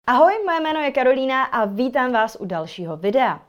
Ahoj, moje jméno je Karolína a vítám vás u dalšího videa.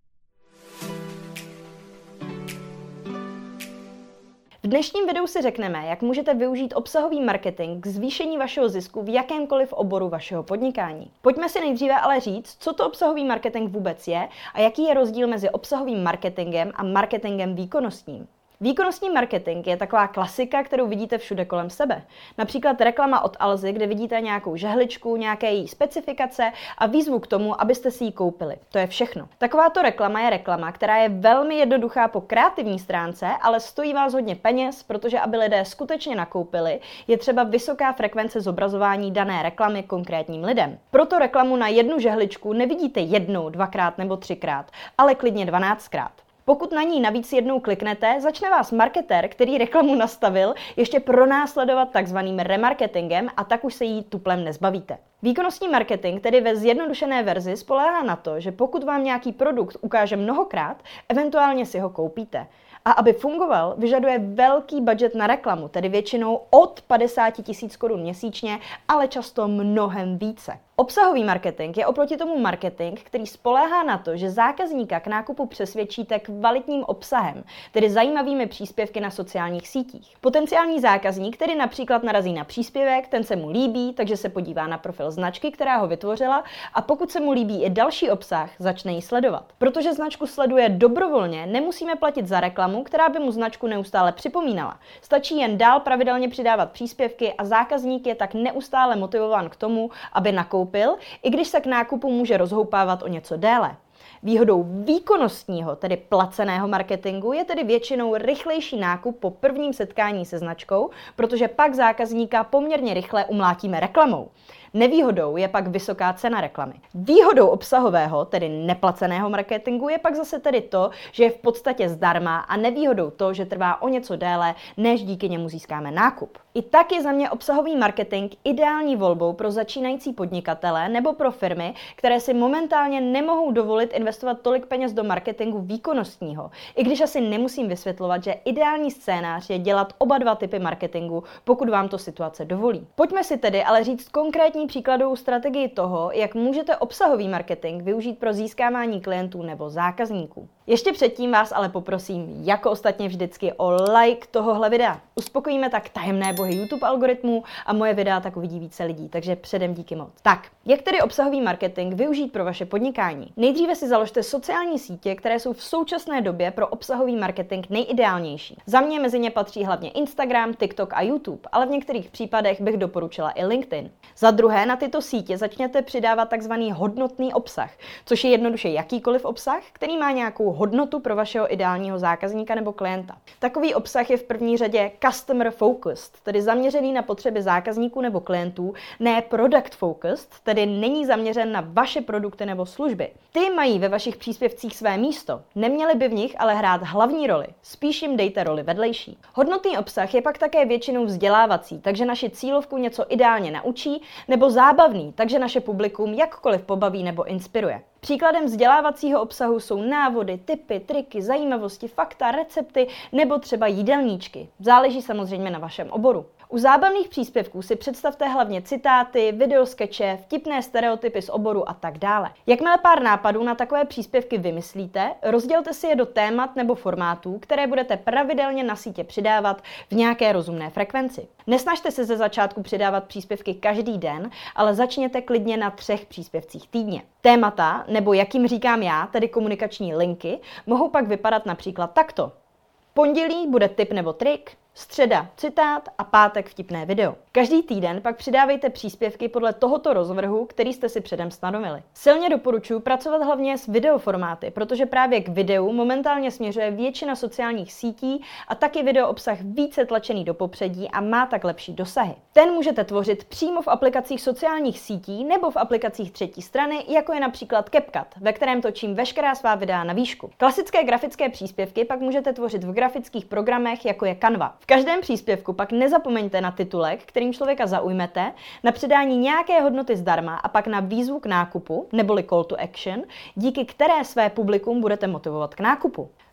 V dnešním videu si řekneme, jak můžete využít obsahový marketing k zvýšení vašeho zisku v jakémkoliv oboru vašeho podnikání. Pojďme si nejdříve ale říct, co to obsahový marketing vůbec je a jaký je rozdíl mezi obsahovým marketingem a marketingem výkonnostním. Výkonnostní marketing je taková klasika, kterou vidíte všude kolem sebe. Například reklama od Alzy, kde vidíte nějakou žehličku, nějaké její specifikace a výzvu k tomu, abyste si ji koupili. To je všechno. Takováto reklama je reklama, která je velmi jednoduchá po kreativní stránce, ale stojí vás hodně peněz, protože aby lidé skutečně nakoupili, je třeba vysoká frekvence zobrazování dané reklamy konkrétním lidem. Proto reklamu na jednu žehličku nevidíte jednou, dvakrát nebo třikrát, ale klidně 12krát. Pokud na ní navíc jednou kliknete, začne vás marketér, který reklamu nastavil, ještě pronásledovat takzvaným remarketingem a tak už se jí tuplem nezbavíte. Výkonnostní marketing tedy ve zjednodušené verzi spoléhá na to, že pokud vám nějaký produkt ukáže mnohokrát, eventuálně si ho koupíte. A aby fungoval, vyžaduje velký budget na reklamu, tedy většinou od 50 000 korun měsíčně, ale často mnohem více. Obsahový marketing je oproti tomu marketing, který spoléhá na to, že zákazníka k nákupu přesvědčíte kvalitním obsahem, tedy zajímavými příspěvky na sociálních sítích. Potenciální zákazník, který například narazí na příspěvek, ten se mu líbí, takže se podívá na profil značky, která ho vytvořila, a pokud se mu líbí i další obsah, začne ji sledovat. Protože značku sleduje dobrovolně, nemusíme platit za reklamu, která by mu značku neustále připomínala. Stačí jen dál pravidelně přidávat příspěvky a zákazník je tak neustále motivován k tomu, aby nakoupil, i když se k nákupu může rozhoupávat o něco déle. Výhodou výkonnostního, tedy placeného marketingu, je tedy většinou rychlejší nákup po prvním setkání se značkou, protože pak zákazníka poměrně rychle umlátíme reklamou. Nevýhodou je pak vysoká cena reklamy. Výhodou obsahového, tedy neplaceného marketingu, je pak zase tedy to, že je v podstatě zdarma, a nevýhodou to, že trvá o něco déle, než díky němu získáme nákup. I tak je za mě obsahový marketing ideální volbou pro začínající podnikatele nebo pro firmy, které si momentálně nemohou dovolit investovat tolik peněz do marketingu výkonnostního. I když asi nemusím vysvětlovat, že ideální scénář je dělat oba dva typy marketingu, pokud vám to situace dovolí. Pojďme si tedy ale říct konkrétní příkladovou strategii toho, jak můžete obsahový marketing využít pro získávání klientů nebo zákazníků. Ještě předtím vás ale poprosím, jako ostatně vždycky, o like tohohle videa. Uspokojíme tak tajemné bohy YouTube algoritmů a moje videa tak uvidí více lidí, takže předem díky moc. Tak, jak tedy obsahový marketing využít pro vaše podnikání? Nejdříve si založte sociální sítě, které jsou v současné době pro obsahový marketing nejideálnější. Za mě mezi ně patří hlavně Instagram, TikTok a YouTube, ale v některých případech bych doporučila i LinkedIn. Za druhé, na tyto sítě začněte přidávat takzvaný hodnotný obsah, což je jednoduše jakýkoliv obsah, který má nějakou hodnotu pro vašeho ideálního zákazníka nebo klienta. Takový obsah je v první řadě customer focused, tedy zaměřený na potřeby zákazníků nebo klientů, ne product focused, tedy není zaměřen na vaše produkty nebo služby. Ty mají ve vašich příspěvcích své místo, neměly by v nich ale hrát hlavní roli, spíš jim dejte roli vedlejší. Hodnotný obsah je pak také většinou vzdělávací, takže naši cílovku něco ideálně naučí, nebo zábavný, takže naše publikum jakkoliv pobaví nebo inspiruje. Příkladem vzdělávacího obsahu jsou návody, tipy, triky, zajímavosti, fakta, recepty nebo třeba jídelníčky. Záleží samozřejmě na vašem oboru. U zábavných příspěvků si představte hlavně citáty, videoskeče, vtipné stereotypy z oboru a tak dále. Jakmile pár nápadů na takové příspěvky vymyslíte, rozdělte si je do témat nebo formátů, které budete pravidelně na sítě přidávat v nějaké rozumné frekvenci. Nesnažte se ze začátku přidávat příspěvky každý den, ale začněte klidně na 3 příspěvcích týdně. Témata, nebo jak jim říkám já, tedy komunikační linky, mohou pak vypadat například takto. Pondělí bude tip nebo trik, středa citát a pátek vtipné video. Každý týden pak přidávejte příspěvky podle tohoto rozvrhu, který jste si předem stanovili. Silně doporučuji pracovat hlavně s videoformáty, protože právě k videu momentálně směřuje většina sociálních sítí a taky video obsah více tlačený do popředí a má tak lepší dosahy. Ten můžete tvořit přímo v aplikacích sociálních sítí nebo v aplikacích třetí strany, jako je například CapCut, ve kterém točím veškerá svá videa na výšku. Klasické grafické příspěvky pak můžete tvořit v grafických programech, jako je Canva. V každém příspěvku pak nezapomeňte na titulek, kterým člověka zaujmete, na přidání nějaké hodnoty zdarma a pak na výzvu k nákupu, neboli call to action, díky které své publikum budete motivovat k nákupu.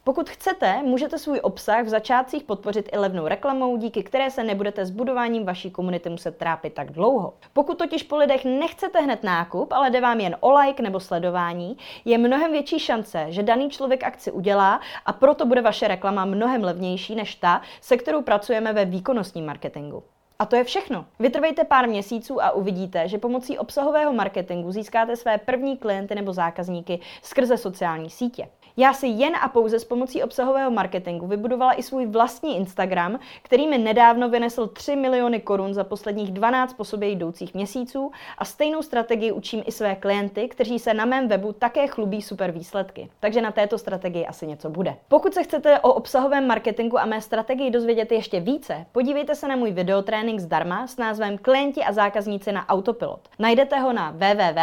Pokud chcete, můžete svůj obsah v začátcích podpořit i levnou reklamou, díky které se nebudete s budováním vaší komunity muset trápit tak dlouho. Pokud totiž po lidech nechcete hned nákup, ale jde vám jen o like nebo sledování, je mnohem větší šance, že daný člověk akci udělá a proto bude vaše reklama mnohem levnější než ta, se kterou pracujeme ve výkonnostním marketingu. A to je všechno. Vytrvejte pár měsíců a uvidíte, že pomocí obsahového marketingu získáte své první klienty nebo zákazníky skrze sociální sítě. Já si jen a pouze s pomocí obsahového marketingu vybudovala i svůj vlastní Instagram, který mi nedávno vynesl 3 miliony korun za posledních 12 po sobě jdoucích měsíců a stejnou strategii učím i své klienty, kteří se na mém webu také chlubí super výsledky. Takže na této strategii asi něco bude. Pokud se chcete o obsahovém marketingu a mé strategii dozvědět ještě více, podívejte se na můj videotrénink zdarma s názvem Klienti a zákazníci na autopilot. Najdete ho na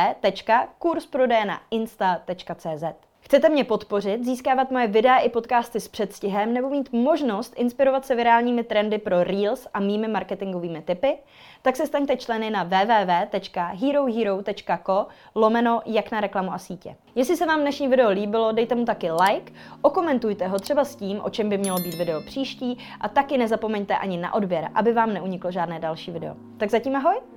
www.kursprodejnainsta.cz. Chcete mě podpořit, získávat moje videa i podcasty s předstihem nebo mít možnost inspirovat se virálními trendy pro Reels a mými marketingovými tipy? Tak se staňte členy na www.herohero.co/jak na reklamu a sítě. Jestli se vám dnešní video líbilo, dejte mu taky like, okomentujte ho třeba s tím, o čem by mělo být video příští a taky nezapomeňte ani na odběr, aby vám neuniklo žádné další video. Tak zatím ahoj!